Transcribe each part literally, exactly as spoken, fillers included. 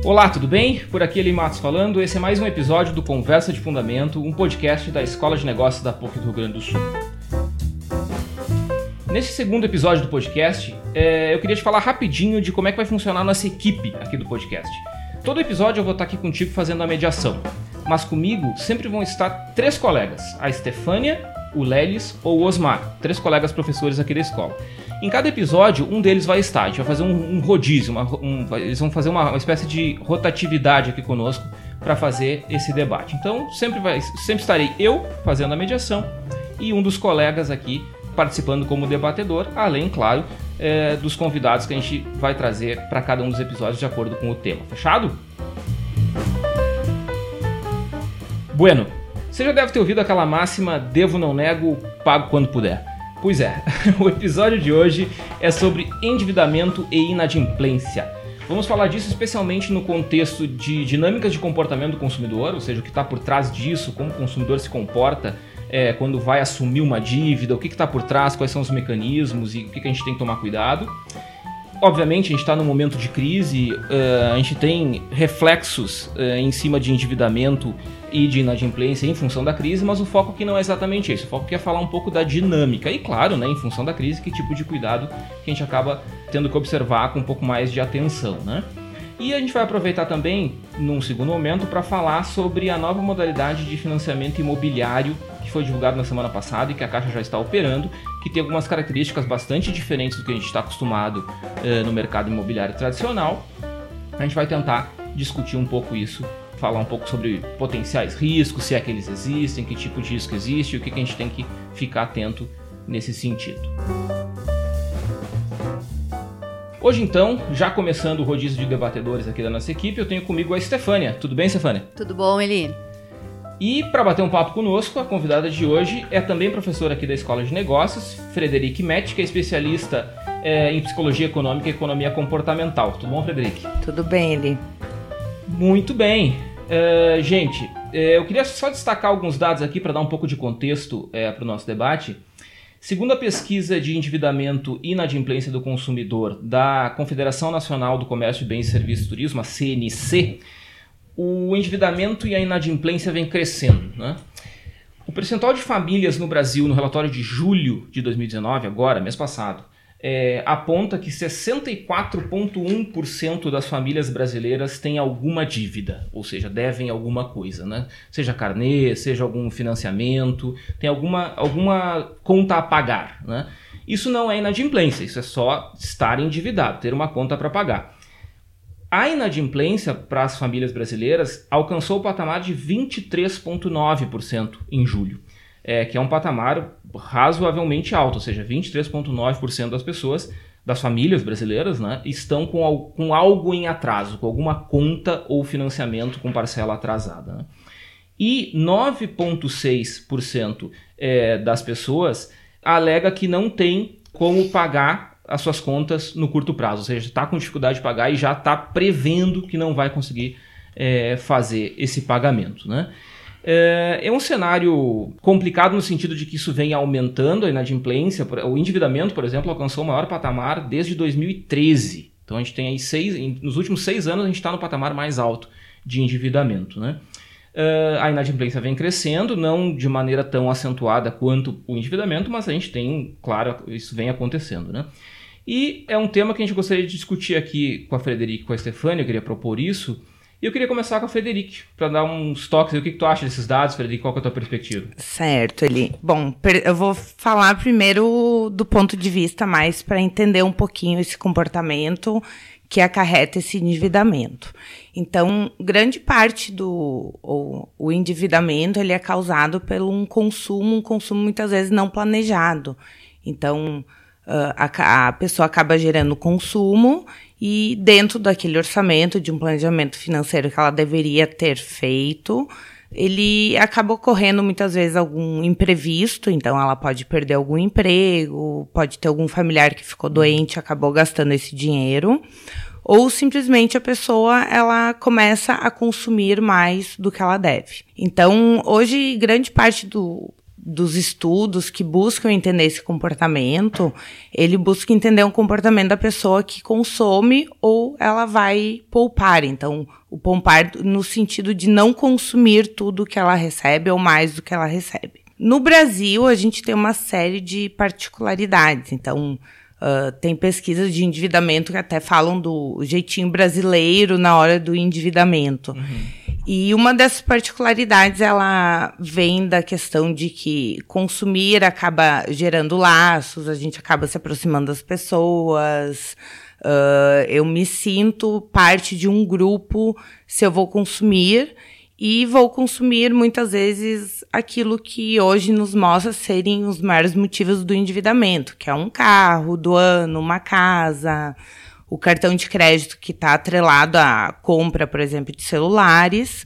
Olá, tudo bem? Por aqui Eli Matos falando. Esse é mais um episódio do Conversa de Fundamento, um podcast da Escola de Negócios da PUC do Rio Grande do Sul. Nesse segundo episódio do podcast, é, eu queria te falar rapidinho de como é que vai funcionar a nossa equipe aqui do podcast. Todo episódio eu vou estar aqui contigo fazendo a mediação, mas comigo sempre vão estar três colegas, a Estefânia, o Lelis ou o Osmar, três colegas professores aqui da escola. Em cada episódio, um deles vai estar, a gente vai fazer um, um rodízio, uma, um, eles vão fazer uma, uma espécie de rotatividade aqui conosco para fazer esse debate. Então, sempre, vai, sempre estarei eu fazendo a mediação e um dos colegas aqui participando como debatedor, além, claro, é, dos convidados que a gente vai trazer para cada um dos episódios de acordo com o tema. Fechado? Bueno, você já deve ter ouvido aquela máxima, devo não nego, pago quando puder. Pois é, o episódio de hoje é sobre endividamento e inadimplência. Vamos falar disso especialmente no contexto de dinâmicas de comportamento do consumidor, ou seja, o que está por trás disso, como o consumidor se comporta é, quando vai assumir uma dívida, o que está por trás, quais são os mecanismos e o que, que a gente tem que tomar cuidado. Obviamente, a gente está num momento de crise, uh, a gente tem reflexos uh, em cima de endividamento e de inadimplência em função da crise, mas o foco aqui não é exatamente esse. O foco aqui é falar um pouco da dinâmica e, claro, né, em função da crise, que tipo de cuidado que a gente acaba tendo que observar com um pouco mais de atenção, né? E a gente vai aproveitar também, num segundo momento, para falar sobre a nova modalidade de financiamento imobiliário que foi divulgado na semana passada e que a Caixa já está operando, que tem algumas características bastante diferentes do que a gente está acostumado eh, no mercado imobiliário tradicional. A gente vai tentar discutir um pouco isso, falar um pouco sobre potenciais riscos, se é que eles existem, que tipo de risco existe e o que, que a gente tem que ficar atento nesse sentido. Hoje então, já começando o rodízio de debatedores aqui da nossa equipe, eu tenho comigo a Estefânia. Tudo bem, Estefânia? Tudo bom, Eli? E para bater um papo conosco, a convidada de hoje é também professora aqui da Escola de Negócios, Frederic Metti, que é especialista é, em Psicologia Econômica e Economia Comportamental. Tudo bom, Frederic? Tudo bem, Eli. Muito bem. Uh, gente, uh, eu queria só destacar alguns dados aqui para dar um pouco de contexto uh, para o nosso debate. Segundo a pesquisa de endividamento e inadimplência do consumidor da Confederação Nacional do Comércio de Bens e Serviços e Turismo, a C N C, o endividamento e a inadimplência vem crescendo, né? O percentual de famílias no Brasil, no relatório de julho de dois mil e dezenove, agora, mês passado, É, aponta que sessenta e quatro vírgula um por cento das famílias brasileiras têm alguma dívida, ou seja, devem alguma coisa, né? Seja carnê, seja algum financiamento, tem alguma, alguma conta a pagar, né? Isso não é inadimplência, isso é só estar endividado, ter uma conta para pagar. A inadimplência para as famílias brasileiras alcançou o patamar de vinte e três vírgula nove por cento em julho. É, que é um patamar razoavelmente alto, ou seja, vinte e três vírgula nove por cento das pessoas, das famílias brasileiras, né, estão com, com algo em atraso, com alguma conta ou financiamento com parcela atrasada, né? E nove vírgula seis por cento é, das pessoas alega que não tem como pagar as suas contas no curto prazo, ou seja, está com dificuldade de pagar e já está prevendo que não vai conseguir é, fazer esse pagamento, né? É um cenário complicado no sentido de que isso vem aumentando, a inadimplência, o endividamento, por exemplo, alcançou o maior patamar desde dois mil e treze. Então a gente tem aí seis, nos últimos seis anos a gente está no patamar mais alto de endividamento, né? Uh, a inadimplência vem crescendo, não de maneira tão acentuada quanto o endividamento, mas a gente tem, claro, isso vem acontecendo, né? E é um tema que a gente gostaria de discutir aqui com a Frederic e com a Estefânia, eu queria propor isso. E eu queria começar com a Frederic, para dar uns toques. O que, que tu acha desses dados, Frederic? Qual que é a tua perspectiva? Certo, Eli. Bom, eu vou falar primeiro do ponto de vista mais para entender um pouquinho esse comportamento que acarreta esse endividamento. Então, grande parte do o, o endividamento ele é causado pelo um consumo, um consumo muitas vezes não planejado. Então, a, a pessoa acaba gerando consumo e dentro daquele orçamento de um planejamento financeiro que ela deveria ter feito, ele acaba ocorrendo muitas vezes algum imprevisto, então ela pode perder algum emprego, pode ter algum familiar que ficou doente e acabou gastando esse dinheiro, ou simplesmente a pessoa ela começa a consumir mais do que ela deve. Então, hoje, grande parte do dos estudos que buscam entender esse comportamento, ele busca entender o comportamento da pessoa que consome ou ela vai poupar. Então, o poupar no sentido de não consumir tudo que ela recebe ou mais do que ela recebe. No Brasil, a gente tem uma série de particularidades. Então, uh, tem pesquisas de endividamento que até falam do jeitinho brasileiro na hora do endividamento. Uhum. E uma dessas particularidades, ela vem da questão de que consumir acaba gerando laços, a gente acaba se aproximando das pessoas, uh, eu me sinto parte de um grupo se eu vou consumir, e vou consumir muitas vezes aquilo que hoje nos mostra serem os maiores motivos do endividamento, que é um carro do ano, uma casa, o cartão de crédito que está atrelado à compra, por exemplo, de celulares.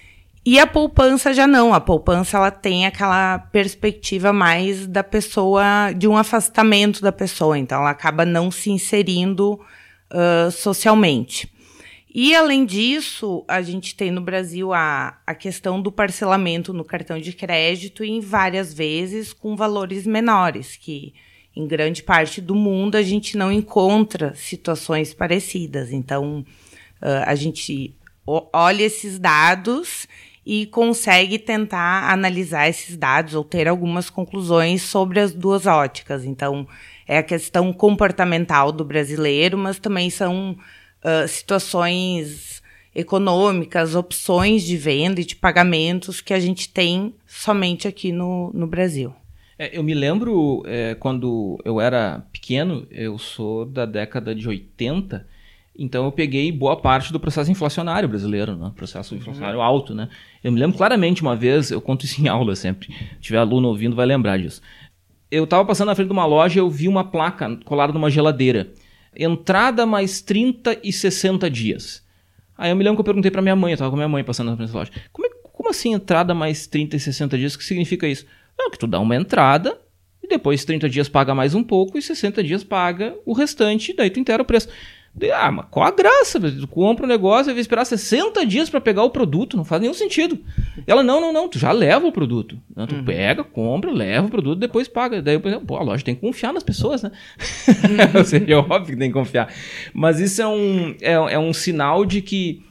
E a poupança já não. A poupança ela tem aquela perspectiva mais da pessoa, de um afastamento da pessoa. Então, ela acaba não se inserindo uh, socialmente. E, além disso, a gente tem no Brasil a, a questão do parcelamento no cartão de crédito, e em várias vezes com valores menores, que em grande parte do mundo a gente não encontra situações parecidas. Então, uh, a gente olha esses dados e consegue tentar analisar esses dados ou ter algumas conclusões sobre as duas óticas. Então, é a questão comportamental do brasileiro, mas também são uh, situações econômicas, opções de venda e de pagamentos que a gente tem somente aqui no, no Brasil. É, eu me lembro, é, quando eu era pequeno, eu sou da década de oitenta, então eu peguei boa parte do processo inflacionário brasileiro, né? Processo inflacionário uhum. alto, né? Eu me lembro claramente uma vez, eu conto isso em aula sempre, se tiver aluno ouvindo vai lembrar disso. Eu estava passando na frente de uma loja e eu vi uma placa colada numa geladeira. Entrada mais trinta e sessenta dias. Aí eu me lembro que eu perguntei para minha mãe, eu estava com minha mãe passando na frente da loja, como, é, como assim entrada mais trinta e sessenta dias? O que significa isso? Não, que tu dá uma entrada e depois trinta dias paga mais um pouco e sessenta dias paga o restante, daí tu inteira o preço. Ah, mas qual a graça? Tu compra um negócio e vai esperar sessenta dias para pegar o produto, não faz nenhum sentido. Ela, não, não, não, tu já leva o produto. Não, tu uhum. pega, compra, leva o produto, depois paga. Daí eu pensei, pô, a loja tem que confiar nas pessoas, né? Uhum. Seria óbvio que tem que confiar. Mas isso é um, é, é um sinal de que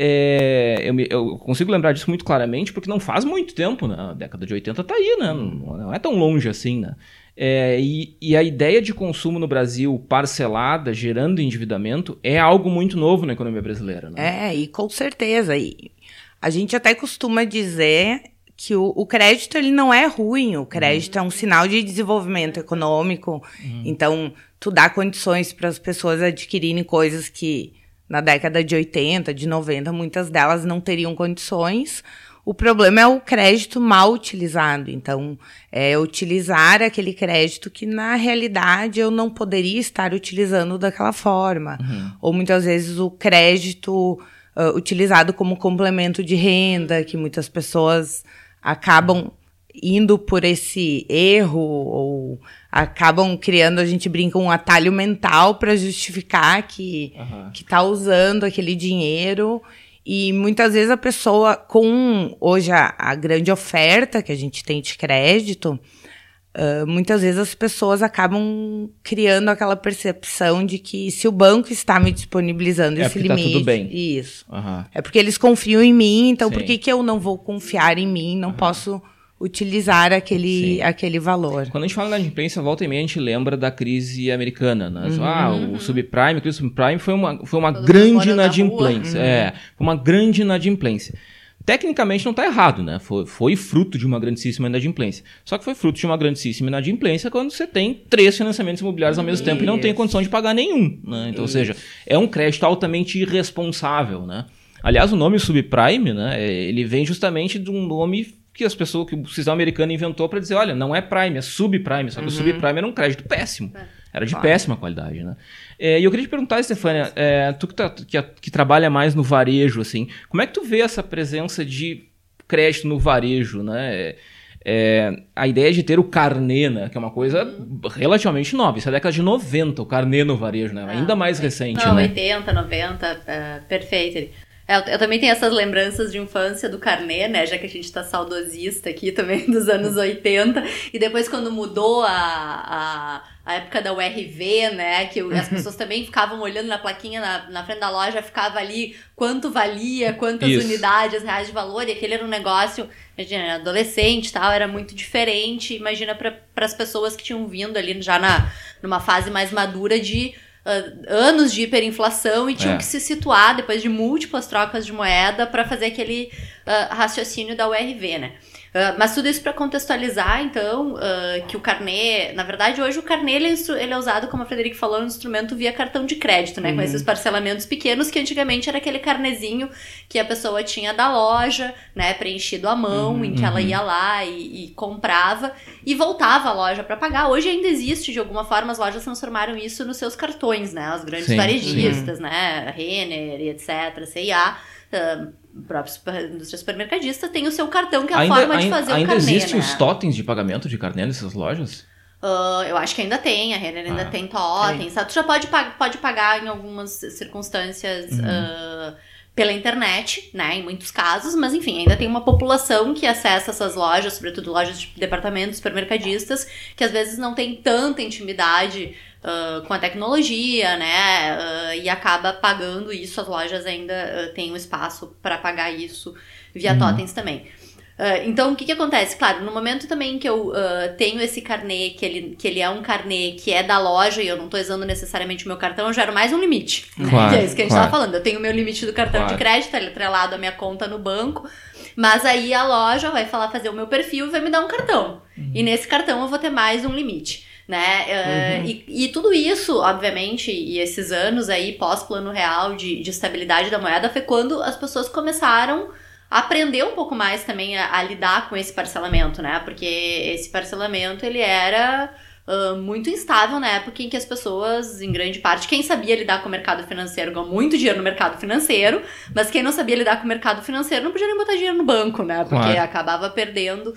É, eu, me, eu consigo lembrar disso muito claramente porque não faz muito tempo, né? A década de oitenta tá aí, né? Não, não é tão longe assim, né? É, e, e a ideia de consumo no Brasil parcelada, gerando endividamento, é algo muito novo na economia brasileira, né? É, e com certeza. E a gente até costuma dizer que o, o crédito ele não é ruim, o crédito uhum. é um sinal de desenvolvimento econômico, uhum. então tu dá condições para as pessoas adquirirem coisas que na década de oitenta, de noventa, muitas delas não teriam condições. O problema é o crédito mal utilizado. Então, é utilizar aquele crédito que, na realidade, eu não poderia estar utilizando daquela forma. Uhum. Ou, muitas vezes, o crédito uh, utilizado como complemento de renda, que muitas pessoas acabam indo por esse erro ou acabam criando, a gente brinca, um atalho mental para justificar que uhum. que está usando aquele dinheiro. E muitas vezes a pessoa, com hoje a, a grande oferta que a gente tem de crédito, uh, muitas vezes as pessoas acabam criando aquela percepção de que se o banco está me disponibilizando é esse limite... Tá tudo bem. Isso. Uhum. É porque eles confiam em mim, então Sim. por que, que eu não vou confiar em mim, não uhum. posso utilizar aquele, aquele valor. Quando a gente fala na inadimplência, volta e meia a gente lembra da crise americana. Né? Uhum, ah, o subprime, a crise subprime foi uma, foi uma grande inadimplência. Uhum. É, foi uma grande inadimplência. Tecnicamente não está errado, né? Foi, foi fruto de uma grandíssima inadimplência. Só que foi fruto de uma grandíssima inadimplência quando você tem três financiamentos imobiliários ao mesmo Isso. tempo e não tem condição de pagar nenhum. Né? Então, ou seja, é um crédito altamente irresponsável. Né? Aliás, o nome subprime, né, ele vem justamente de um nome que as pessoas, que o sistema americano inventou para dizer, olha, não é prime, é subprime, só que uhum. o subprime era um crédito péssimo, era de claro. péssima qualidade, né? É, e eu queria te perguntar, Estefânia, é, tu que, tá, que, que trabalha mais no varejo, assim, como é que tu vê essa presença de crédito no varejo, né? É, é, a ideia de ter o carnê, né, que é uma coisa uhum. relativamente nova, isso é a década de noventa, o carnê no varejo, né? Ah, ainda mais recente, não, né? oitenta, noventa, uh, perfeito. Eu, eu também tenho essas lembranças de infância do carnê, né? Já que a gente tá saudosista aqui também dos anos oitenta. E depois quando mudou a, a, a época da U R V, né? Que as pessoas também ficavam olhando na plaquinha na, na frente da loja, ficava ali quanto valia, quantas Isso. unidades reais de valor. E aquele era um negócio, imagina, adolescente e tal, era muito diferente. Imagina para as pessoas que tinham vindo ali já na, numa fase mais madura de... Uh, anos de hiperinflação e tinham é. que se situar depois de múltiplas trocas de moeda para fazer aquele uh, raciocínio da U R V, né? Uh, mas tudo isso para contextualizar, então, uh, que o carnê... Na verdade, hoje o carnê ele é, instru- ele é usado, como a Frederica falou, um instrumento via cartão de crédito, né? Uhum. Com esses parcelamentos pequenos, que antigamente era aquele carnezinho que a pessoa tinha da loja, né? Preenchido à mão, uhum, em que ela ia lá e, e comprava e voltava à loja para pagar. Hoje ainda existe, de alguma forma, as lojas transformaram isso nos seus cartões, né? Os grandes sim, varejistas, sim. né? Renner e etcétera, C e A... Uh, o próprio indústria supermercadista tem o seu cartão, que é a ainda, forma de fazer ainda, o carnê, ainda existem né? os totens de pagamento de carnê nessas lojas? Uh, eu acho que ainda tem, a Renner ainda ah, tem totens. Tu já pode, pode pagar em algumas circunstâncias uhum. uh, pela internet, né, em muitos casos, mas enfim, ainda tem uma população que acessa essas lojas, sobretudo lojas de departamentos, supermercadistas, que às vezes não tem tanta intimidade Uh, com a tecnologia, né, uh, e acaba pagando isso. As lojas ainda uh, têm um espaço para pagar isso via uhum. totens também. Uh, então, o que que acontece? Claro, no momento também que eu uh, tenho esse carnê, que ele, que ele é um carnê que é da loja e eu não estou usando necessariamente o meu cartão, eu gero mais um limite. Claro, né? Que é isso que a gente claro. estava falando. Eu tenho o meu limite do cartão claro. de crédito, ele é atrelado à minha conta no banco, mas aí a loja vai falar fazer o meu perfil e vai me dar um cartão. Uhum. E nesse cartão eu vou ter mais um limite. Né? Uh, uhum. e, e tudo isso, obviamente, e esses anos aí pós-plano real de, de estabilidade da moeda foi quando as pessoas começaram a aprender um pouco mais também a, a lidar com esse parcelamento, né? Porque esse parcelamento, ele era uh, muito instável na época em que as pessoas, em grande parte, quem sabia lidar com o mercado financeiro ganhou muito dinheiro no mercado financeiro, mas quem não sabia lidar com o mercado financeiro não podia nem botar dinheiro no banco, né? Porque claro. acabava perdendo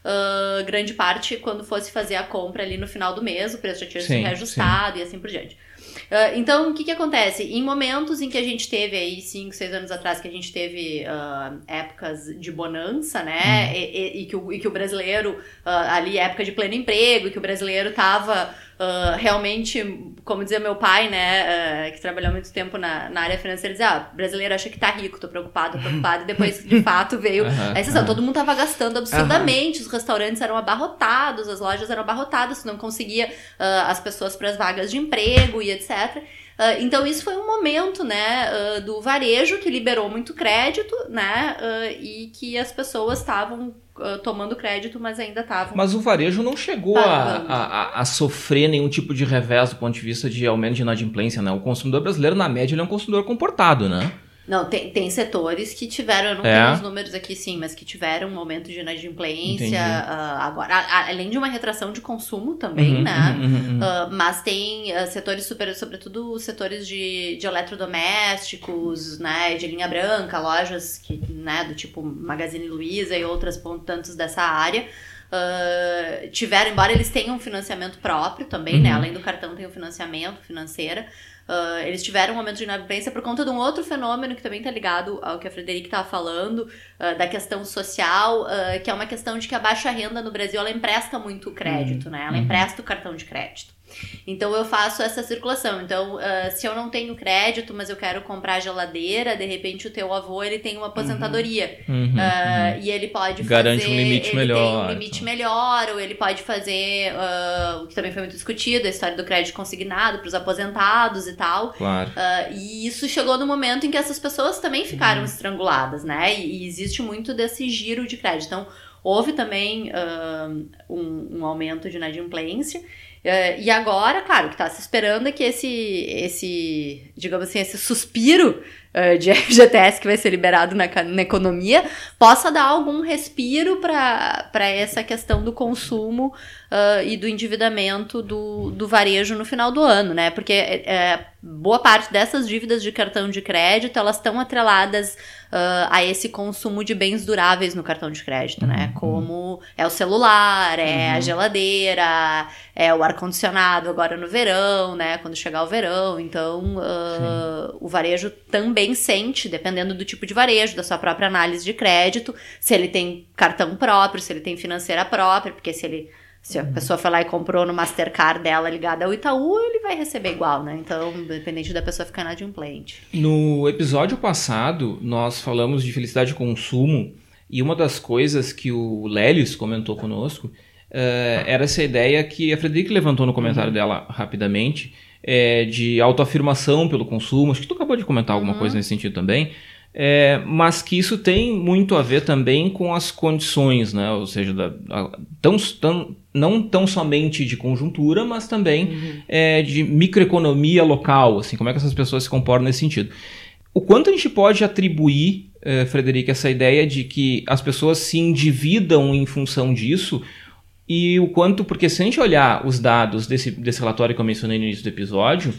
Uh, grande parte quando fosse fazer a compra ali no final do mês, o preço já tinha sido reajustado sim. e assim por diante. Uh, então, o que que acontece? Em momentos em que a gente teve aí, cinco, seis anos atrás, que a gente teve uh, épocas de bonança, né, uhum. e, e, e, que o, e que o brasileiro, uh, ali, época de pleno emprego, e que o brasileiro tava uh, realmente, como dizia meu pai, né, uh, que trabalhou muito tempo na, na área financeira, ele dizia, ah, brasileiro acha que tá rico, tô preocupado, tô preocupado, e depois, de fato, veio uhum. a exceção. Todo mundo tava gastando absurdamente, uhum. os restaurantes eram abarrotados, as lojas eram abarrotadas, não conseguia uh, as pessoas para as vagas de emprego e etcétera. Uh, então isso foi um momento, né, uh, do varejo que liberou muito crédito, né, uh, e que as pessoas estavam uh, tomando crédito, mas ainda estavam... Mas o varejo não chegou a, a, a sofrer nenhum tipo de revés do ponto de vista de aumento de inadimplência, né? O consumidor brasileiro, na média, ele é um consumidor comportado, né? Não, tem, tem setores que tiveram, eu não é. tenho os números aqui sim, mas que tiveram um aumento de inadimplência, uh, agora, a, além de uma retração de consumo também, uhum, né? Uhum, uhum. Uh, mas tem uh, setores, super, sobretudo setores de, de eletrodomésticos, né? De linha branca, lojas que, né, do tipo Magazine Luiza e outras tantos dessa área. Uh, tiveram, embora eles tenham um financiamento próprio também, uhum. né? Além do cartão tem o financiamento financeiro. Uh, eles tiveram um aumento de inadimplência por conta de um outro fenômeno que também está ligado ao que a Frederica estava falando, uh, da questão social, uh, que é uma questão de que a baixa renda no Brasil, ela empresta muito crédito, uhum. né? Ela empresta o cartão de crédito. Então eu faço essa circulação. Então, uh, se eu não tenho crédito, mas eu quero comprar geladeira, de repente o teu avô, ele tem uma aposentadoria. Uhum, uhum, uh, uhum. E ele pode Garante fazer... um limite ele melhor. tem um limite então. melhor, ou ele pode fazer, uh, o que também foi muito discutido, a história do crédito consignado para os aposentados e tal. Claro. Uh, e isso chegou no momento em que essas pessoas também ficaram uhum. estranguladas, né? E, e existe muito desse giro de crédito. Então, houve também uh, um, um aumento de inadimplência. Uh, e agora, claro, o que está se esperando é que esse, esse, digamos assim, esse suspiro uh, de F G T S que vai ser liberado na, na economia possa dar algum respiro para essa questão do consumo uh, e do endividamento do, do varejo no final do ano, né? Porque é, boa parte dessas dívidas de cartão de crédito, elas estão atreladas Uh, a esse consumo de bens duráveis no cartão de crédito, né? Uhum. Como é o celular, é uhum. a geladeira, é o ar-condicionado agora no verão, né? Quando chegar o verão. Então, uh, o varejo também também sente, dependendo do tipo de varejo, da sua própria análise de crédito, se ele tem cartão próprio, se ele tem financeira própria, porque se ele... Se a pessoa foi lá e comprou no Mastercard dela ligada ao Itaú, ele vai receber igual, né? Então, independente da pessoa ficar inadimplente. No episódio passado, nós falamos de felicidade de consumo e uma das coisas que o Lélis comentou conosco uh, era essa ideia que a Frederica levantou no comentário uhum. dela rapidamente, é, de autoafirmação pelo consumo. Acho que tu acabou de comentar alguma uhum. coisa nesse sentido também. É, mas que isso tem muito a ver também com as condições, né? Ou seja, da, a, tão, tão, não tão somente de conjuntura, mas também uhum. é, de microeconomia local, assim, como é que essas pessoas se comportam nesse sentido. O quanto a gente pode atribuir, eh, Frederica, essa ideia de que as pessoas se endividam em função disso, e o quanto, porque se a gente olhar os dados desse, desse relatório que eu mencionei no início do episódio,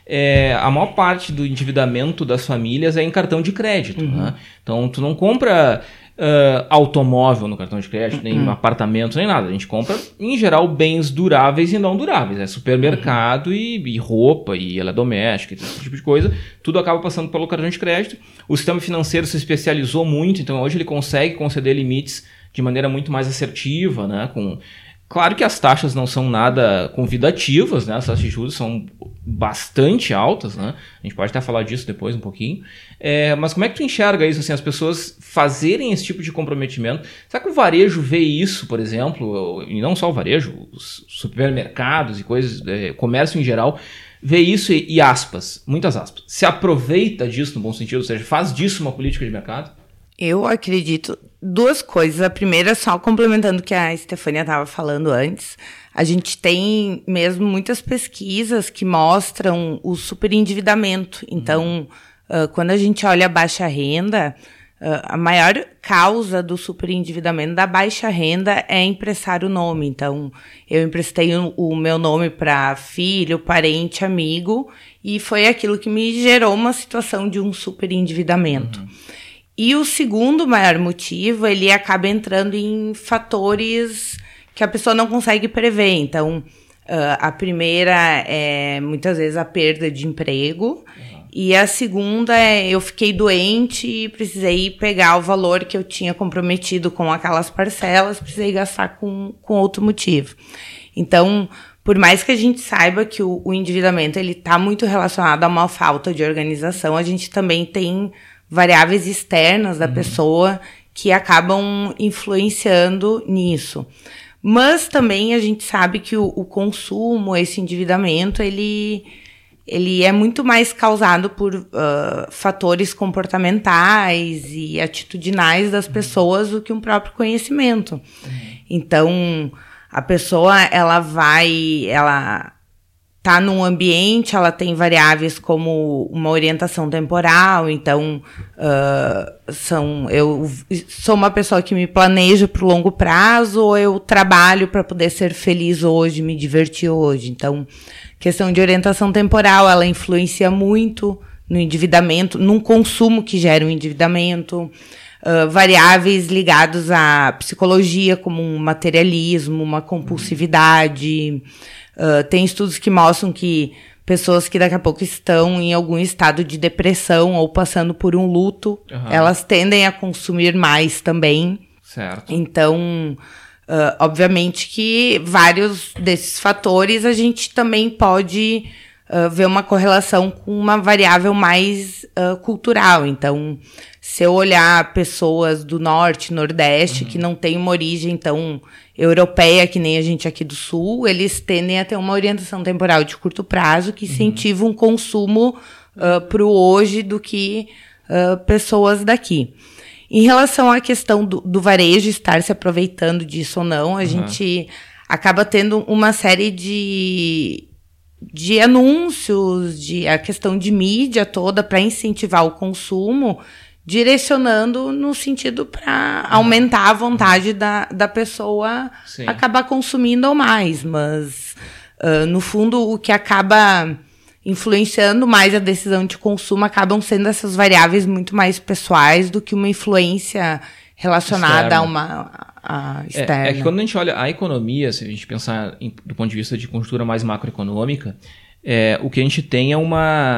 É, a maior parte do endividamento das famílias é em cartão de crédito. Uhum. Né? Então, tu não compra uh, automóvel no cartão de crédito, nem uhum. apartamento, nem nada. A gente compra, em geral, bens duráveis e não duráveis. É supermercado uhum. e, e roupa, e eletrodoméstica, esse tipo de coisa. Tudo acaba passando pelo cartão de crédito. O sistema financeiro se especializou muito, então hoje ele consegue conceder limites de maneira muito mais assertiva, né? Com... Claro que as taxas não são nada convidativas, né? As taxas de juros são bastante altas, né? A gente pode até falar disso depois um pouquinho. É, mas como é que tu enxerga isso, assim, as pessoas fazerem esse tipo de comprometimento? Será que o varejo vê isso, por exemplo, e não só o varejo, os supermercados e coisas, é, comércio em geral, vê isso e, e aspas, muitas aspas, se aproveita disso no bom sentido, ou seja, faz disso uma política de mercado? Eu acredito duas coisas. A primeira, só complementando o que a Estefânia estava falando antes, a gente tem mesmo muitas pesquisas que mostram o superendividamento. Então, uhum. uh, quando a gente olha a baixa renda, uh, a maior causa do superendividamento da baixa renda é emprestar o nome. Então, eu emprestei o, o meu nome para filho, parente, amigo, e foi aquilo que me gerou uma situação de um superendividamento. Uhum. E o segundo maior motivo, ele acaba entrando em fatores que a pessoa não consegue prever. Então, uh, a primeira é, muitas vezes, a perda de emprego. Uhum. E a segunda é, eu fiquei doente e precisei pegar o valor que eu tinha comprometido com aquelas parcelas, precisei gastar com, com outro motivo. Então, por mais que a gente saiba que o, o endividamento está muito relacionado a uma falta de organização, a gente também tem variáveis externas da uhum. pessoa que acabam influenciando nisso. Mas também a gente sabe que o, o consumo, esse endividamento, ele, ele é muito mais causado por uh, fatores comportamentais e atitudinais das uhum. pessoas do que um próprio conhecimento. Uhum. Então, a pessoa, ela vai... ela tá num ambiente, ela tem variáveis como uma orientação temporal, então uh, são, eu sou uma pessoa que me planeja para o longo prazo, ou eu trabalho para poder ser feliz hoje, me divertir hoje. Então, questão de orientação temporal, ela influencia muito no endividamento, num consumo que gera um endividamento. Uh, variáveis ligados à psicologia, como um materialismo, uma compulsividade. Uh, tem estudos que mostram que pessoas que daqui a pouco estão em algum estado de depressão ou passando por um luto, uhum. elas tendem a consumir mais também. Certo. Então, uh, obviamente que vários desses fatores a gente também pode uh, ver uma correlação com uma variável mais uh, cultural. Então, se eu olhar pessoas do norte, nordeste, uhum. que não têm uma origem tão europeia que nem a gente aqui do sul, eles tendem a ter uma orientação temporal de curto prazo que incentiva um consumo uh, para o hoje do que uh, pessoas daqui. Em relação à questão do, do varejo estar se aproveitando disso ou não, a uhum. gente acaba tendo uma série de, de anúncios, de, a questão de mídia toda para incentivar o consumo, direcionando no sentido para aumentar a vontade da, da pessoa Sim. acabar consumindo ou mais. Mas, uh, no fundo, o que acaba influenciando mais a decisão de consumo acabam sendo essas variáveis muito mais pessoais do que uma influência relacionada externa. a uma a externa. É, é que quando a gente olha a economia, se a gente pensar em, do ponto de vista de conjuntura mais macroeconômica, é, o que a gente tem é uma...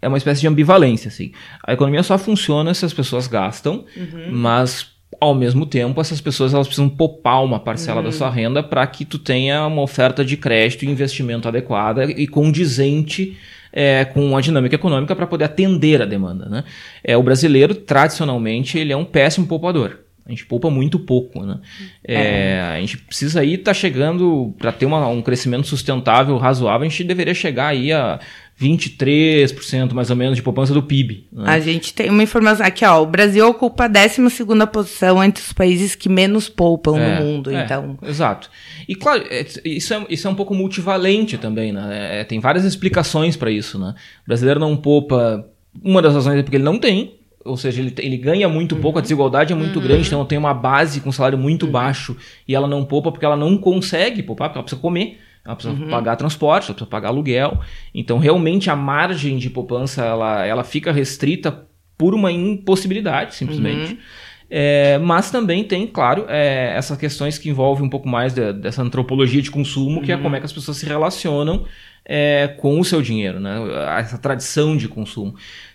é uma espécie de ambivalência, assim. A economia só funciona se as pessoas gastam, uhum. mas ao mesmo tempo essas pessoas elas precisam poupar uma parcela uhum. da sua renda para que tu tenha uma oferta de crédito e investimento adequada e condizente é, com a dinâmica econômica para poder atender a demanda, né? É, o brasileiro, tradicionalmente, ele é um péssimo poupador. A gente poupa muito pouco, né? É, é. A gente precisa aí estar tá chegando, para ter uma, um crescimento sustentável, razoável, a gente deveria chegar aí a vinte e três por cento mais ou menos de poupança do P I B. Né? A gente tem uma informação aqui, ó, o Brasil ocupa a décima segunda posição entre os países que menos poupam é, no mundo, é, então... Exato. E claro, isso é, isso é um pouco multivalente também, né? É, tem várias explicações para isso, né? O brasileiro não poupa, uma das razões é porque ele não tem, ou seja, ele, ele ganha muito uhum. pouco, a desigualdade é muito uhum. grande, então tem uma base com um salário muito uhum. baixo e ela não poupa porque ela não consegue poupar, porque ela precisa comer. Ela precisa uhum. pagar transporte, ela precisa pagar aluguel. Então, realmente, a margem de poupança ela, ela fica restrita por uma impossibilidade, simplesmente. Uhum. É, mas também tem, claro, é, essas questões que envolvem um pouco mais de, dessa antropologia de consumo, uhum. que é como é que as pessoas se relacionam é, com o seu dinheiro, né? Essa tradição de consumo.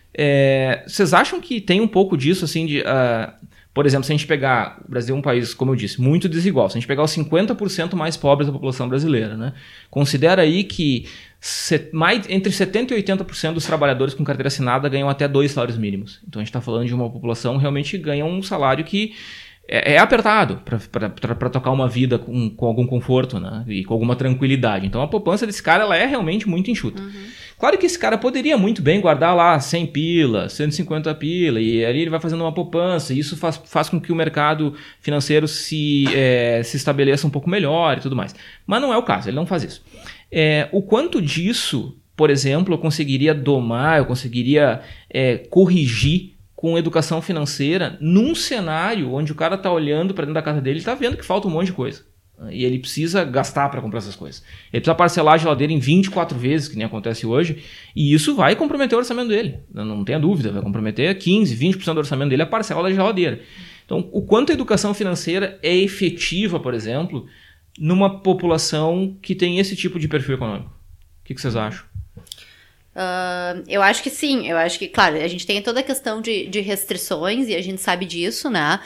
É, vocês acham que tem um pouco disso, assim, de... Uh, por exemplo, se a gente pegar... O Brasil é um país, como eu disse, muito desigual. Se a gente pegar os cinquenta por cento mais pobres da população brasileira, né? Considera aí que set, mais, entre setenta por cento e oitenta por cento dos trabalhadores com carteira assinada ganham até dois salários mínimos. Então a gente está falando de uma população que realmente ganha um salário que é, é apertado para tocar uma vida com, com algum conforto, né? E com alguma tranquilidade. Então a poupança desse cara ela é realmente muito enxuta. Uhum. Claro que esse cara poderia muito bem guardar lá cem pila, cento e cinquenta pila, e ali ele vai fazendo uma poupança, e isso faz, faz com que o mercado financeiro se, é, se estabeleça um pouco melhor e tudo mais. Mas não é o caso, ele não faz isso. É, o quanto disso, por exemplo, eu conseguiria domar, eu conseguiria é, corrigir com educação financeira num cenário onde o cara está olhando para dentro da casa dele e está vendo que falta um monte de coisa. E ele precisa gastar para comprar essas coisas. Ele precisa parcelar a geladeira em vinte e quatro vezes, que nem acontece hoje, e isso vai comprometer o orçamento dele. Não tenha dúvida, vai comprometer quinze, vinte por cento do orçamento dele a parcela da geladeira. Então, o quanto a educação financeira é efetiva, por exemplo, numa população que tem esse tipo de perfil econômico? O que, que vocês acham? Uh, eu acho que sim, eu acho que, claro, a gente tem toda a questão de, de restrições e a gente sabe disso, né?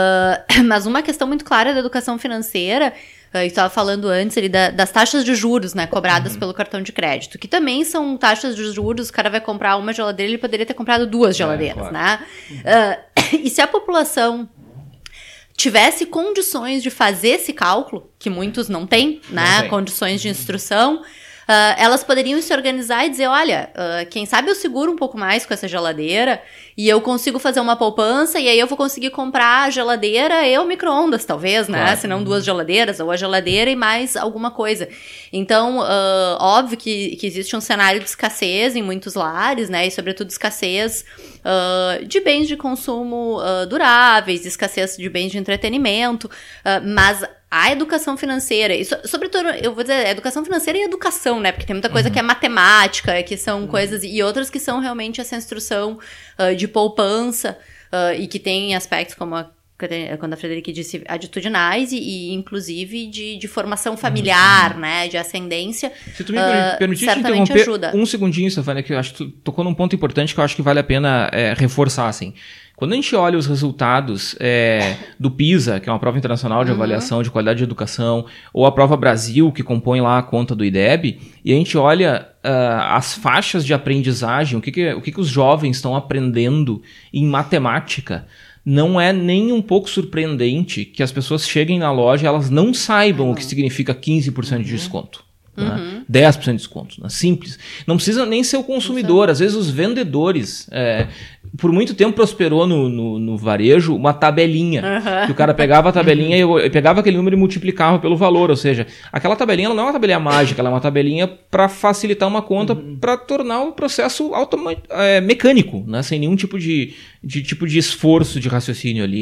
Uh, mas uma questão muito clara da educação financeira, uh, eu estava falando antes ali da, das taxas de juros, né, cobradas uhum. pelo cartão de crédito, que também são taxas de juros, o cara vai comprar uma geladeira, ele poderia ter comprado duas geladeiras, é, claro. né? Uh, e se a população tivesse condições de fazer esse cálculo, que muitos não têm, né, não tem. Condições de instrução, Uh, elas poderiam se organizar e dizer, olha, uh, quem sabe eu seguro um pouco mais com essa geladeira e eu consigo fazer uma poupança e aí eu vou conseguir comprar a geladeira e o micro-ondas, talvez, né? Claro. Se não duas geladeiras, ou a geladeira e mais alguma coisa. Então, uh, óbvio que, que existe um cenário de escassez em muitos lares, né? E sobretudo escassez uh, de bens de consumo uh, duráveis, escassez de bens de entretenimento, uh, mas a educação financeira, e so, sobretudo, eu vou dizer, a educação financeira e educação, né? Porque tem muita coisa uhum. que é matemática, que são uhum. coisas, e outras que são realmente essa instrução uh, de poupança, uh, e que tem aspectos como a, quando a Frederica disse, atitudinais, e, e inclusive de, de formação familiar, uhum. né? De ascendência. Se tu me uh, permitir te interromper ajuda. um segundinho, Stefania, que eu acho que tu tocou num ponto importante que eu acho que vale a pena é, reforçar, assim. Quando a gente olha os resultados é, do PISA, que é uma prova internacional de avaliação uhum. de qualidade de educação, ou a prova Brasil, que compõe lá a conta do I D E B, e a gente olha uh, as faixas de aprendizagem, o que, que, o que, que os jovens estão aprendendo em matemática, não é nem um pouco surpreendente que as pessoas cheguem na loja e elas não saibam uhum. o que significa quinze por cento de desconto. Uhum. Né? dez por cento de desconto. Né? Simples. Não precisa nem ser o consumidor. Uhum. Às vezes os vendedores... É, por muito tempo prosperou no, no, no varejo uma tabelinha. Uhum. Que o cara pegava a tabelinha uhum. e pegava aquele número e multiplicava pelo valor. Ou seja, aquela tabelinha ela não é uma tabelinha mágica, ela é uma tabelinha para facilitar uma conta, uhum. para tornar o processo automa- é, mecânico, né? Sem nenhum tipo de, de, tipo de esforço de raciocínio ali.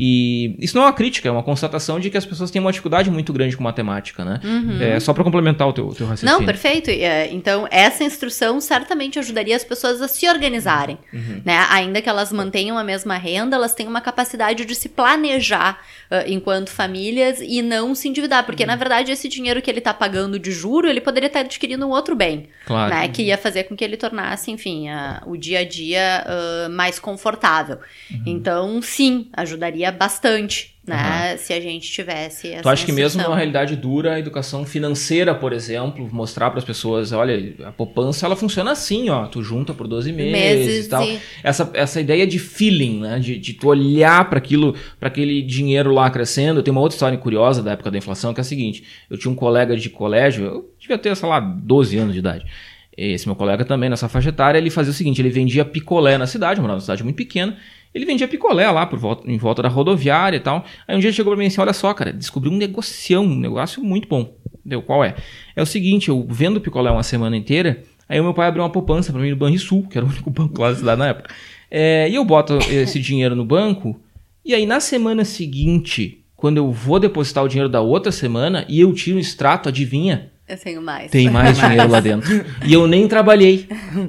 E isso não é uma crítica, é uma constatação de que as pessoas têm uma dificuldade muito grande com matemática. Né? Uhum. É, só para complementar o teu, o teu raciocínio. Não, perfeito. Então, essa instrução certamente ajudaria as pessoas a se organizarem. Uhum. Né? Ainda que elas mantenham a mesma renda, elas têm uma capacidade de se planejar uh, enquanto famílias e não se endividar. Porque, uhum. na verdade, esse dinheiro que ele está pagando de juro, ele poderia estar adquirindo um outro bem. Claro. Né? Que ia fazer com que ele tornasse, enfim, uh, o dia a dia uh, mais confortável. Uhum. Então, sim, ajudaria bastante. Né? Uhum. Se a gente tivesse essa Tu acha que instrução. mesmo numa realidade dura, a educação financeira, por exemplo, mostrar para as pessoas, olha, a poupança ela funciona assim, ó, tu junta por doze meses, meses e tal. E... Essa, essa ideia de feeling, né? De, de tu olhar para aquilo, para aquele dinheiro lá crescendo. Tem uma outra história curiosa da época da inflação, que é a seguinte: eu tinha um colega de colégio, eu devia ter, sei lá, doze anos de idade. Esse meu colega também, nessa faixa etária, ele fazia o seguinte: ele vendia picolé na cidade, morava numa cidade muito pequena. Ele vendia picolé lá por volta, em volta da rodoviária e tal. Aí um dia ele chegou pra mim assim: olha só, cara, descobri um negocião, um negócio muito bom. Entendeu? Qual é? É o seguinte: eu vendo picolé uma semana inteira, aí o meu pai abriu uma poupança pra mim no Banrisul, que era o único banco lá da cidade na época. É, e eu boto esse dinheiro no banco, e aí na semana seguinte, quando eu vou depositar o dinheiro da outra semana, e eu tiro o extrato, adivinha? Eu tenho mais. Tem mais dinheiro lá dentro. E eu nem trabalhei.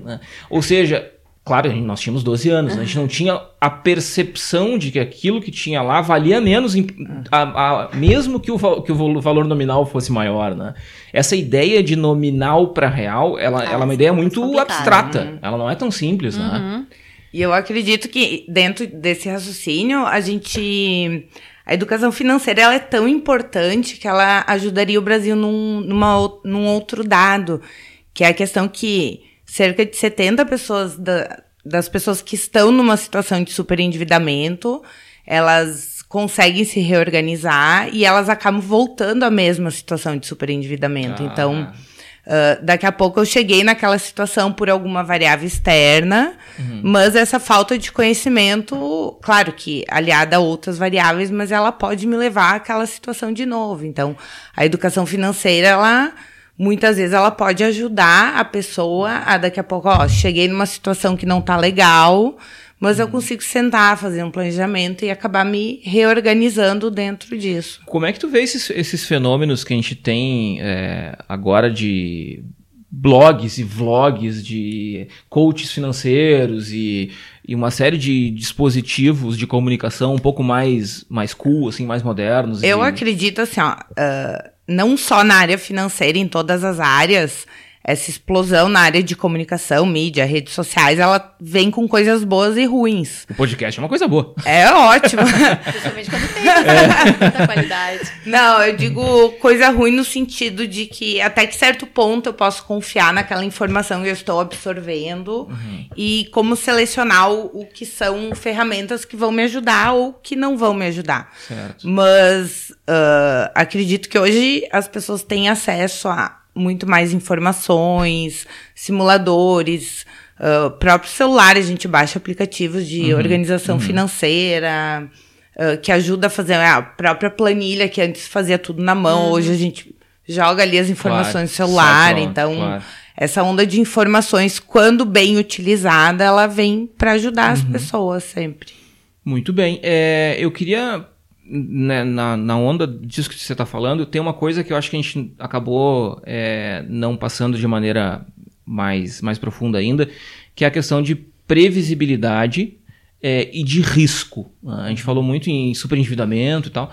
Ou seja... Claro, nós tínhamos doze anos, né? A gente não tinha a percepção de que aquilo que tinha lá valia menos, a, a, mesmo que o, que o valor nominal fosse maior, né? Essa ideia de nominal para real, ela, ah, ela é uma ideia muito abstrata, uhum. ela não é tão simples, uhum. né? E eu acredito que dentro desse raciocínio, a gente... A educação financeira ela é tão importante que ela ajudaria o Brasil num, numa, num outro dado, que é a questão que... Cerca de setenta pessoas da, das pessoas que estão numa situação de superendividamento, elas conseguem se reorganizar e elas acabam voltando à mesma situação de superendividamento. Ah. Então, uh, daqui a pouco eu cheguei naquela situação por alguma variável externa, uhum. mas essa falta de conhecimento, claro que aliada a outras variáveis, mas ela pode me levar àquela situação de novo. Então, a educação financeira, ela... Muitas vezes ela pode ajudar a pessoa a daqui a pouco, ó, cheguei numa situação que não tá legal, mas eu consigo sentar, fazer um planejamento e acabar me reorganizando dentro disso. Como é que tu vê esses, esses fenômenos que a gente tem é, agora de blogs e vlogs, de coaches financeiros e, e uma série de dispositivos de comunicação um pouco mais, mais cool, assim, mais modernos? Eu e... acredito assim, ó... Uh... não só na área financeira, em todas as áreas, essa explosão na área de comunicação, mídia, redes sociais, ela vem com coisas boas e ruins. O podcast é uma coisa boa. É ótimo. Principalmente quando tem é. muita qualidade. Não, eu digo coisa ruim no sentido de que até que certo ponto eu posso confiar naquela informação que eu estou absorvendo uhum. e como selecionar o, o que são ferramentas que vão me ajudar ou que não vão me ajudar. Certo. Mas uh, acredito que hoje as pessoas têm acesso a muito mais informações, simuladores, uh, próprio celular, a gente baixa aplicativos de uhum, organização uhum. financeira, uh, que ajuda a fazer a própria planilha, que antes fazia tudo na mão, uhum. hoje a gente joga ali as informações claro, no celular, pronto, então claro. Essa onda de informações, quando bem utilizada, ela vem para ajudar uhum. as pessoas sempre. Muito bem, é, eu queria... Na, na, na onda disso que você está falando, tem uma coisa que eu acho que a gente acabou é, não passando de maneira mais, mais profunda ainda, que é a questão de previsibilidade é, e de risco. A gente falou muito em superendividamento e tal,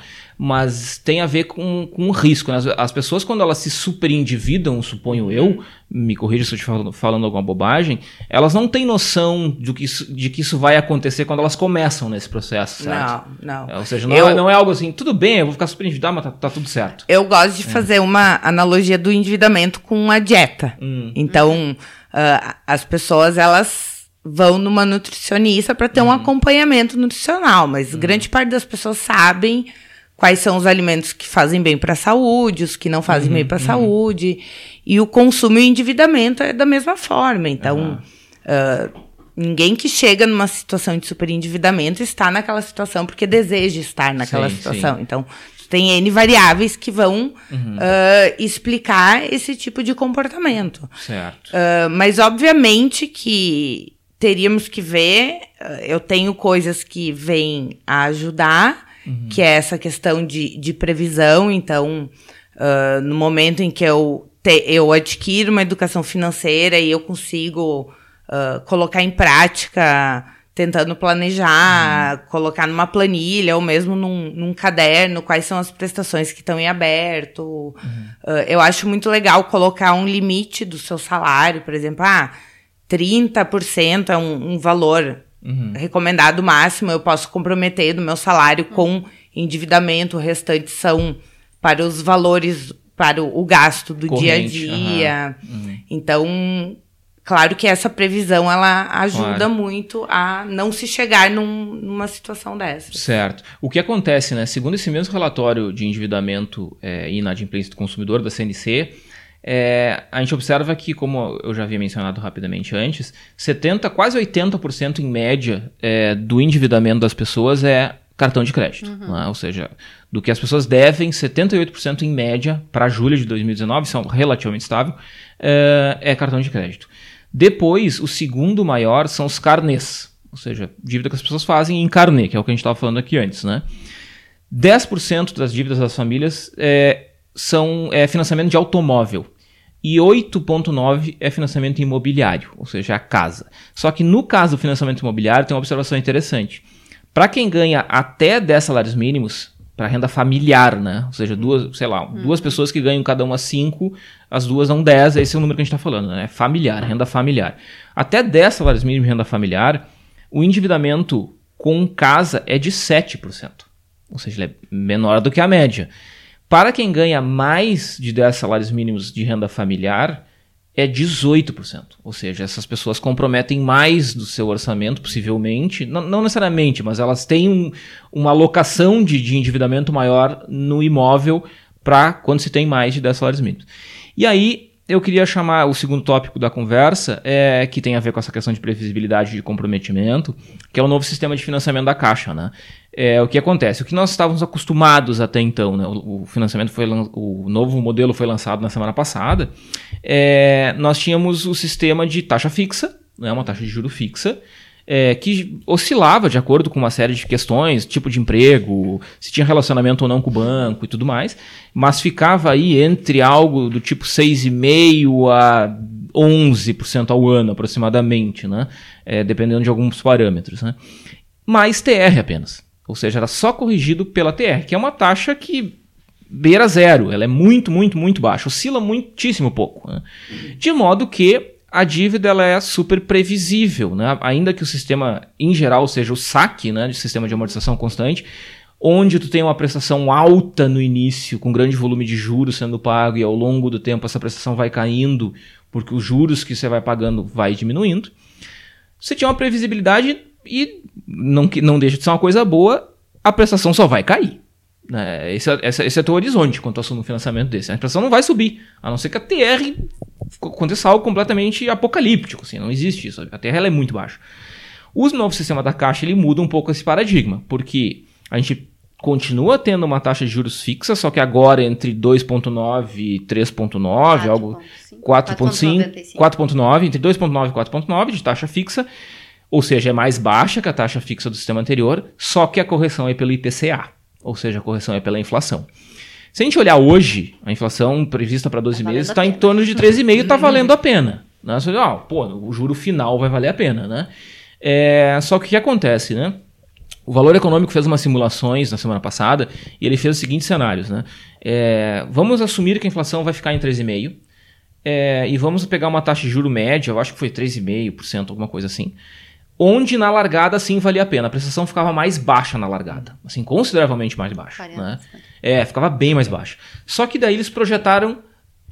mas tem a ver com, com o risco. Né? As, as pessoas, quando elas se superendividam, suponho eu, me corrija se eu estiver falando alguma bobagem, elas não têm noção de que, isso, de que isso vai acontecer quando elas começam nesse processo, certo? Não, não. Ou seja, não, eu, é, não é algo assim, tudo bem, eu vou ficar superendividado, mas tá, tá tudo certo. Eu gosto de é. fazer uma analogia do endividamento com a dieta. Hum. Então, uh, as pessoas, elas... vão numa nutricionista para ter uhum. um acompanhamento nutricional, mas uhum. grande parte das pessoas sabem quais são os alimentos que fazem bem para a saúde, os que não fazem uhum. bem para a uhum. saúde, e o consumo e o endividamento é da mesma forma. Então, uhum. uh, ninguém que chega numa situação de superendividamento está naquela situação porque deseja estar naquela sim, situação. Sim. Então, tem N variáveis que vão uhum. uh, explicar esse tipo de comportamento. Certo. Uh, mas, obviamente, que teríamos que ver, eu tenho coisas que vêm a ajudar, uhum. que é essa questão de, de previsão. Então, uh, no momento em que eu te, eu adquiro uma educação financeira e eu consigo uh, colocar em prática, tentando planejar, uhum. colocar numa planilha ou mesmo num, num caderno quais são as prestações que estão em aberto. Uhum. Uh, eu acho muito legal colocar um limite do seu salário, por exemplo, ah, trinta por cento é um, um valor uhum. recomendado máximo, eu posso comprometer do meu salário uhum. com endividamento, o restante são para os valores, para o, o gasto do corrente, dia a dia. Uhum. Então, claro que essa previsão, ela ajuda claro. muito a não se chegar num, numa situação dessa. Certo. O que acontece, né? Segundo esse mesmo relatório de endividamento é, e inadimplência do consumidor da C N C, é, a gente observa que, como eu já havia mencionado rapidamente antes, setenta por cento, quase oitenta por cento em média é, do endividamento das pessoas é cartão de crédito. Uhum. Né? Ou seja, do que as pessoas devem, setenta e oito por cento em média para julho de dois mil e dezenove, isso é relativamente estável, é, é cartão de crédito. Depois, o segundo maior são os carnês, ou seja, dívida que as pessoas fazem em carnê, que é o que a gente estava falando aqui antes. Né? dez por cento das dívidas das famílias é, são é, financiamento de automóvel e oito vírgula nove por cento é financiamento imobiliário, ou seja, a casa. Só que no caso do financiamento imobiliário tem uma observação interessante. Para quem ganha até dez salários mínimos, para renda familiar, né? Ou seja, duas, sei lá, hum. duas pessoas que ganham cada uma cinco, as duas dão dez, esse é o número que a gente está falando, né? Familiar, renda familiar. Até dez salários mínimos de renda familiar, o endividamento com casa é de sete por cento. Ou seja, ele é menor do que a média. Para quem ganha mais de dez salários mínimos de renda familiar, é dezoito por cento. Ou seja, essas pessoas comprometem mais do seu orçamento, possivelmente, não, não necessariamente, mas elas têm um, uma alocação de, de endividamento maior no imóvel para quando se tem mais de dez salários mínimos. E aí, eu queria chamar o segundo tópico da conversa, é, que tem a ver com essa questão de previsibilidade de comprometimento, que é o novo sistema de financiamento da Caixa, né? É, o que acontece? O que nós estávamos acostumados até então, né? O, o financiamento foi o novo modelo foi lançado na semana passada. É, nós tínhamos o sistema de taxa fixa, né? Uma taxa de juro fixa, é, que oscilava de acordo com uma série de questões, tipo de emprego, se tinha relacionamento ou não com o banco e tudo mais, mas ficava aí entre algo do tipo seis vírgula cinco por cento a onze por cento ao ano aproximadamente, né? É, dependendo de alguns parâmetros, né? Mais T R apenas. Ou seja, era só corrigido pela T R, que é uma taxa que beira zero. Ela é muito, muito, muito baixa. Oscila muitíssimo pouco. Né? De modo que a dívida ela é super previsível. Né? Ainda que o sistema, em geral, seja o saque, né, de sistema de amortização constante, onde tu tem uma prestação alta no início, com grande volume de juros sendo pago, e ao longo do tempo essa prestação vai caindo, porque os juros que você vai pagando vai diminuindo. Você tinha uma previsibilidade e não, não deixa de ser uma coisa boa, a prestação só vai cair. Né? Esse, é, esse, esse é o teu horizonte quando tu assume um financiamento desse. A prestação não vai subir, a não ser que a T R aconteça algo completamente apocalíptico. Assim, não existe isso. A T R ela é muito baixa. O novo sistema da Caixa ele muda um pouco esse paradigma, porque a gente continua tendo uma taxa de juros fixa, só que agora entre dois vírgula nove e três vírgula nove, algo quatro vírgula cinco, quatro vírgula nove, entre dois vírgula nove e quatro vírgula nove de taxa fixa. Ou seja, é mais baixa que a taxa fixa do sistema anterior, só que a correção é pelo I P C A, ou seja, a correção é pela inflação. Se a gente olhar hoje, a inflação prevista para doze tá meses está em torno de treze vírgula cinco por cento, está valendo a pena. Né? Você diz, ah, pô, o juro final vai valer a pena. Né? É, só que o que acontece? Né? O Valor Econômico fez umas simulações na semana passada e ele fez os seguintes cenários. Né? É, vamos assumir que a inflação vai ficar em treze vírgula cinco por cento é, e vamos pegar uma taxa de juro média, eu acho que foi treze vírgula cinco por cento, alguma coisa assim. Onde na largada sim valia a pena. A prestação ficava mais baixa na largada. Assim, consideravelmente mais baixa. Né? É, ficava bem mais baixa. Só que daí eles projetaram,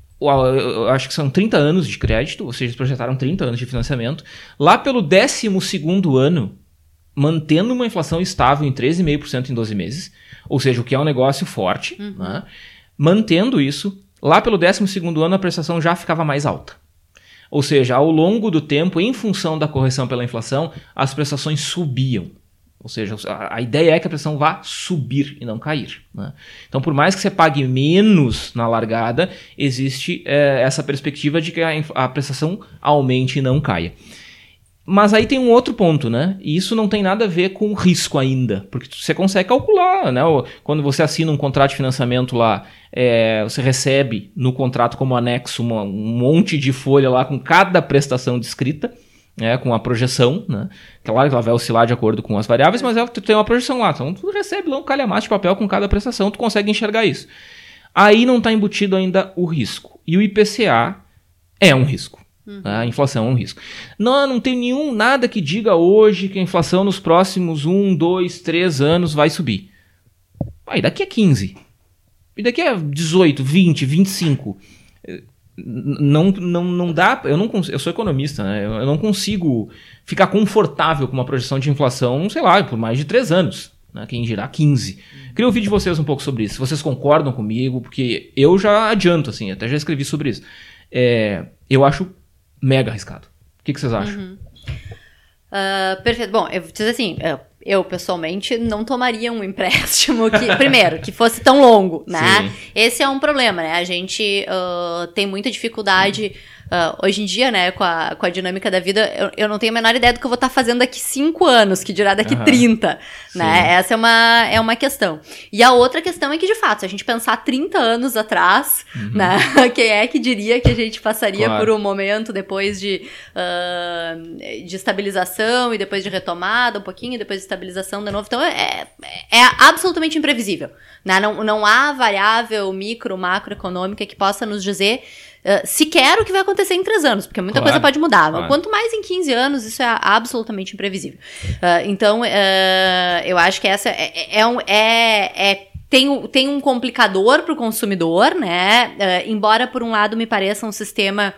eu acho que são trinta anos de crédito, ou seja, eles projetaram trinta anos de financiamento. Lá pelo décimo segundo ano, mantendo uma inflação estável em treze vírgula cinco por cento em doze meses, ou seja, o que é um negócio forte, uhum. né? Mantendo isso, lá pelo décimo segundo ano a prestação já ficava mais alta. Ou seja, ao longo do tempo, em função da correção pela inflação, as prestações subiam. Ou seja, a, a ideia é que a prestação vá subir e não cair. Né? Então, por mais que você pague menos na largada, existe é, essa perspectiva de que a, a prestação aumente e não caia. Mas aí tem um outro ponto, né? E isso não tem nada a ver com risco ainda, porque você consegue calcular, né? Quando você assina um contrato de financiamento lá, é, você recebe no contrato como anexo uma, um monte de folha lá com cada prestação descrita, né? Com a projeção, né? Claro que ela vai oscilar de acordo com as variáveis, mas ela tem uma projeção lá. Então tu recebe lá um calhamaço de papel com cada prestação, tu consegue enxergar isso. Aí não está embutido ainda o risco. E o I P C A é um risco. Uhum. A inflação é um risco. Não, não tem nenhum, nada que diga hoje que a inflação nos próximos um, dois, três anos vai subir. Aí daqui a quinze. E daqui a dezoito, vinte, vinte e cinco. Não, não, não dá. Eu, não, eu sou economista, né? Eu não consigo ficar confortável com uma projeção de inflação, sei lá, por mais de três anos. Né? Quem dirá quinze. Queria ouvir de vocês um pouco sobre isso. Se vocês concordam comigo, porque eu já adianto, assim, até já escrevi sobre isso. É, eu acho mega arriscado. O que, que vocês acham? Uhum. Uh, perfeito. Bom, eu preciso assim, eu, eu pessoalmente não tomaria um empréstimo que, primeiro, que fosse tão longo, né? Sim. Esse é um problema, né? A gente uh, tem muita dificuldade uh, hoje em dia, né? Com a, com a dinâmica da vida, eu, eu não tenho a menor ideia do que eu vou estar fazendo daqui cinco anos, que dirá daqui uhum. trinta, né? Sim. Essa é uma, é uma questão. E a outra questão é que, de fato, se a gente pensar trinta anos atrás, uhum. né? Quem é que diria que a gente passaria claro. por um momento depois de, uh, de estabilização e depois de retomada um pouquinho, e depois de estabilização de novo. Então, é, é absolutamente imprevisível, né? Não, não há variável micro, macroeconômica que possa nos dizer uh, sequer o que vai acontecer em três anos, porque muita claro, coisa pode mudar. Claro. Quanto mais em quinze anos, isso é absolutamente imprevisível. Uh, então, uh, eu acho que essa é, é, um, é, é Tem, tem um complicador para o consumidor, né? Uh, embora, por um lado, me pareça um sistema,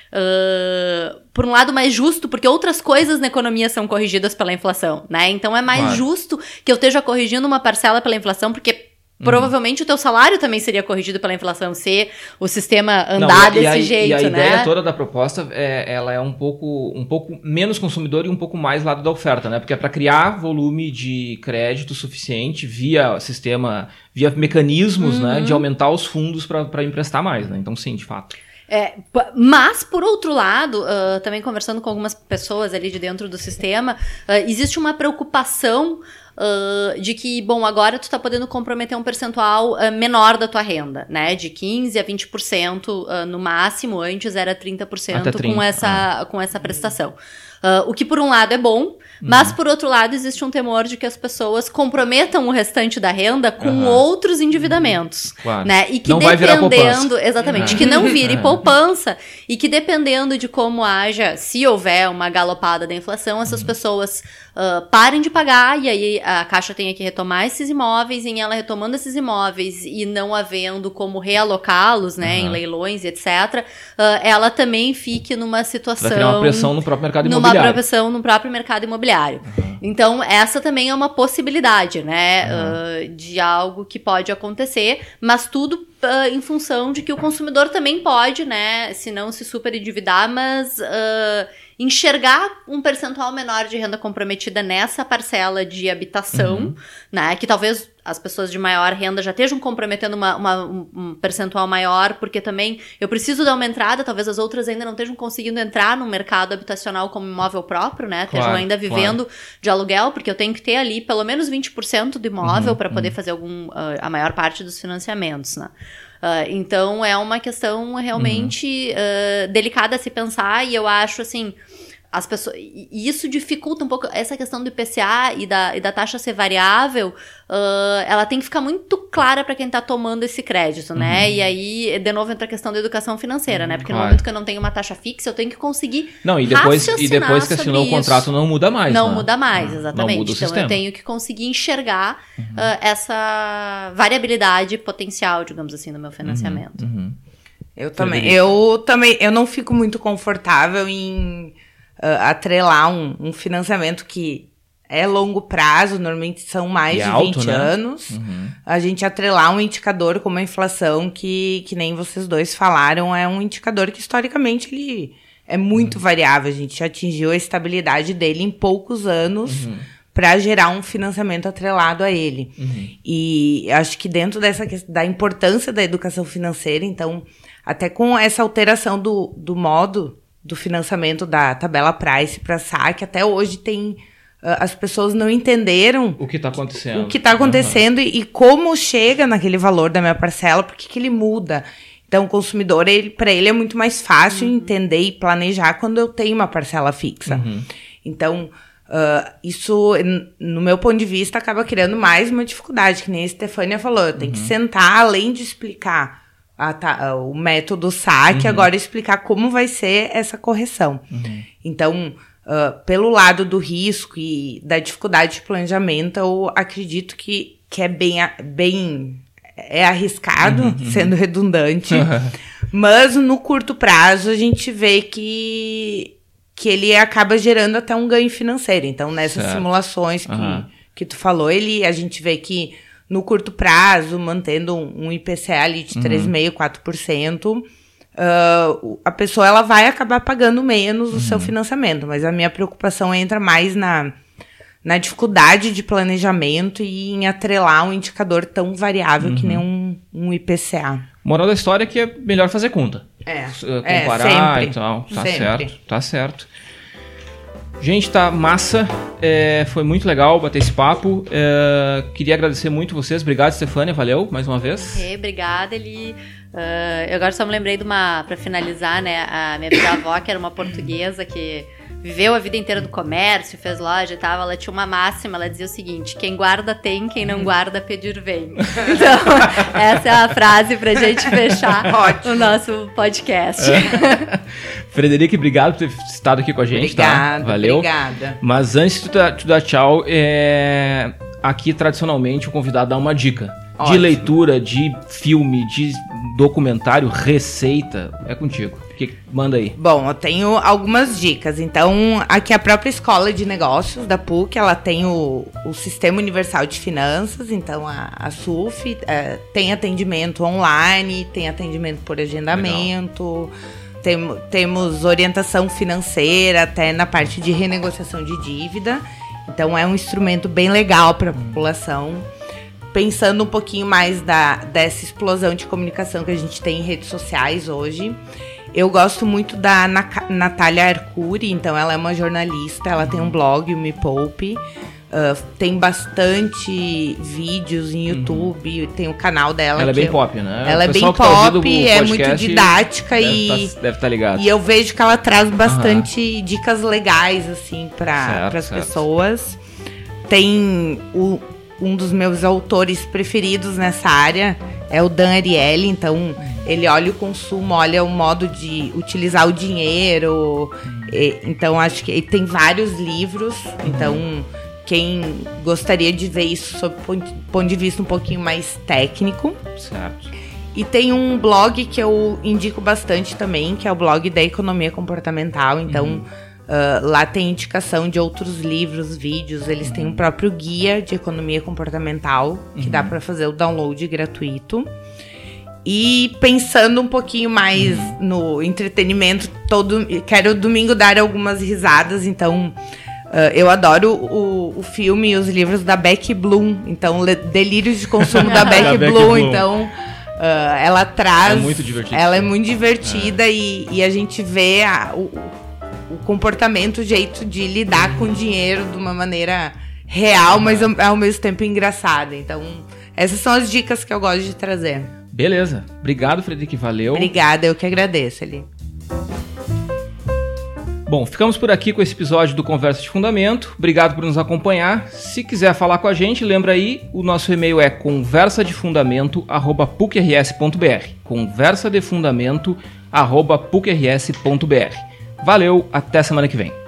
uh, por um lado, mais justo, porque outras coisas na economia são corrigidas pela inflação, né? Então, é mais claro. justo que eu esteja corrigindo uma parcela pela inflação, porque provavelmente uhum. o teu salário também seria corrigido pela inflação, se o sistema andar Não, e, desse e a, jeito, né? E a né? ideia toda da proposta, é, ela é um pouco, um pouco menos consumidor e um pouco mais lado da oferta, né? Porque é para criar volume de crédito suficiente via sistema, via mecanismos, uhum. né? De aumentar os fundos para emprestar mais, né? Então, sim, de fato. É, mas, por outro lado, uh, também conversando com algumas pessoas ali de dentro do sistema, uh, existe uma preocupação Uh, de que, bom, agora tu tá podendo comprometer um percentual uh, menor da tua renda, né? De quinze a vinte por cento uh, no máximo, antes era trinta por cento com essa, ah. com essa prestação. Uh, o que, por um lado, é bom, mas, uhum. por outro lado, existe um temor de que as pessoas comprometam o restante da renda com uhum. outros endividamentos, claro. né? E que não dependendo... Exatamente, uhum. que não vire poupança e que dependendo de como haja, se houver uma galopada da inflação, essas uhum. pessoas uh, parem de pagar e aí a Caixa tenha que retomar esses imóveis, e em ela retomando esses imóveis e não havendo como realocá-los, né, uhum. em leilões e etcétera, uh, ela também fique numa situação... Vai criar uma pressão no próprio mercado imobiliário. Numa pressão no próprio mercado imobiliário. Uhum. Então, essa também é uma possibilidade, né, uhum. uh, de algo que pode acontecer, mas tudo uh, em função de que o consumidor também pode, né, se não se super endividar, mas... Uh, enxergar um percentual menor de renda comprometida nessa parcela de habitação, uhum. né, que talvez as pessoas de maior renda já estejam comprometendo uma, uma, um percentual maior, porque também eu preciso dar uma entrada, talvez as outras ainda não estejam conseguindo entrar no mercado habitacional como imóvel próprio, né, estejam claro, ainda vivendo claro. de aluguel, porque eu tenho que ter ali pelo menos vinte por cento do imóvel uhum, para poder uhum. fazer algum, uh, a maior parte dos financiamentos, né. Uh, então, é uma questão realmente uhum. uh, delicada a se pensar, e eu acho, assim, as pessoas... E isso dificulta um pouco essa questão do I P C A e da, e da taxa ser variável, uh, ela tem que ficar muito clara para quem está tomando esse crédito, uhum. né? E aí, de novo, entra a questão da educação financeira, uhum, né? Porque claro. no momento que eu não tenho uma taxa fixa, eu tenho que conseguir Não, e depois, e depois que assinou o contrato, não muda mais, Não né? muda mais, exatamente. Não muda o então, sistema. eu tenho que conseguir enxergar uhum. uh, essa variabilidade potencial, digamos assim, no meu financiamento. Uhum. Uhum. Eu também. Eu também, eu não fico muito confortável em... Uh, atrelar um, um financiamento que é longo prazo, normalmente são mais e de alto, vinte né? anos, uhum. a gente atrelar um indicador como a inflação, que, que nem vocês dois falaram, é um indicador que historicamente ele é muito uhum. variável, a gente atingiu a estabilidade dele em poucos anos uhum. para gerar um financiamento atrelado a ele. Uhum. E acho que dentro dessa da importância da educação financeira, então, até com essa alteração do, do modo do financiamento da tabela Price para saque. Até hoje tem... Uh, as pessoas não entenderam... O que está acontecendo. O que está acontecendo uhum. e, e como chega naquele valor da minha parcela, porque que ele muda. Então, o consumidor, ele, para ele é muito mais fácil uhum. entender e planejar quando eu tenho uma parcela fixa. Uhum. Então, uh, isso, no meu ponto de vista, acaba criando mais uma dificuldade, que nem a Estefânia falou. Eu tenho uhum. que sentar, além de explicar a, a, o método saque, uhum. agora explicar como vai ser essa correção. Uhum. Então, uh, pelo lado do risco e da dificuldade de planejamento, eu acredito que, que é bem... bem é arriscado, uhum, uhum. sendo redundante, uhum. mas no curto prazo a gente vê que, que ele acaba gerando até um ganho financeiro. Então, nessas certo. simulações que, uhum. que tu falou, ele, a gente vê que no curto prazo, mantendo um, um I P C A ali de três vírgula cinco por cento, quatro por cento, uh, a pessoa ela vai acabar pagando menos uhum. o seu financiamento. Mas a minha preocupação entra mais na... na dificuldade de planejamento e em atrelar um indicador tão variável uhum. que nem um, um I P C A. Moral da história é que é melhor fazer conta. É, comparar é, e tal. Tá sempre. certo, tá certo. Gente, tá massa. É, foi muito legal bater esse papo. É, queria agradecer muito vocês. Obrigado, Estefânia. Valeu, mais uma vez. É, obrigada, Eli. Uh, eu agora só me lembrei de uma... Pra finalizar, né? A minha bisavó, que era uma portuguesa que... viveu a vida inteira do comércio, fez loja e tal, ela tinha uma máxima, ela dizia o seguinte: quem guarda tem, quem não guarda pedir vem. Então, essa é a frase pra gente fechar Ótimo. o nosso podcast. É. Frederica, obrigado por ter estado aqui com a gente, obrigada, tá? Valeu. Obrigada. Mas antes de tu dar, tu dar tchau, é... aqui tradicionalmente o convidado dá uma dica. Ótimo. De leitura, de filme, de documentário, receita, é contigo. Que, manda aí. Bom, eu tenho algumas dicas. Então, aqui a própria Escola de Negócios da P U C, ela tem o, o Sistema Universal de Finanças. Então, a, a S U F é, tem atendimento online, tem atendimento por agendamento, tem, temos orientação financeira, até na parte de renegociação de dívida. Então, é um instrumento bem legal para a hum. população. Pensando um pouquinho mais da, dessa explosão de comunicação que a gente tem em redes sociais hoje, eu gosto muito da Natália Arcuri. Então ela é uma jornalista, ela tem um blog, o Me Poupe, uh, tem bastante vídeos em YouTube, uhum. tem o canal dela. Ela é bem eu, pop, né? Ela é bem pop, é muito didática e deve estar ligado. E eu vejo que ela traz bastante uhum. dicas legais assim para as pessoas. Tem o um dos meus autores preferidos nessa área é o Dan Ariely. Então ele olha o consumo, olha o modo de utilizar o dinheiro. E, então acho que ele tem vários livros. Então quem gostaria de ver isso sob ponto, ponto de vista um pouquinho mais técnico. Certo. E tem um blog que eu indico bastante também, que é o blog da Economia Comportamental. Então uhum. Uh, lá tem indicação de outros livros, vídeos. Eles uhum. têm um próprio guia de economia comportamental, que uhum. dá para fazer o download gratuito. E pensando um pouquinho mais uhum. no entretenimento, todo, quero domingo dar algumas risadas. Então, uh, eu adoro o, o filme e os livros da Becky Bloom. Então, Delírios de Consumo da Becky Bloom. Bloom. Então, uh, ela traz... É muito divertida. Ela é muito divertida é. E, e a gente vê a, o... o comportamento, o jeito de lidar com o dinheiro de uma maneira real, mas ao, ao mesmo tempo engraçada. Então, essas são as dicas que eu gosto de trazer. Beleza. Obrigado, Frederica. Valeu. Obrigada, eu que agradeço, Eli. Bom, ficamos por aqui com esse episódio do Conversa de Fundamento. Obrigado por nos acompanhar. Se quiser falar com a gente, lembra aí, o nosso e-mail é conversa de fundamento arroba puc r s ponto b r. conversa de fundamento arroba puc r s ponto b r. Valeu, até semana que vem.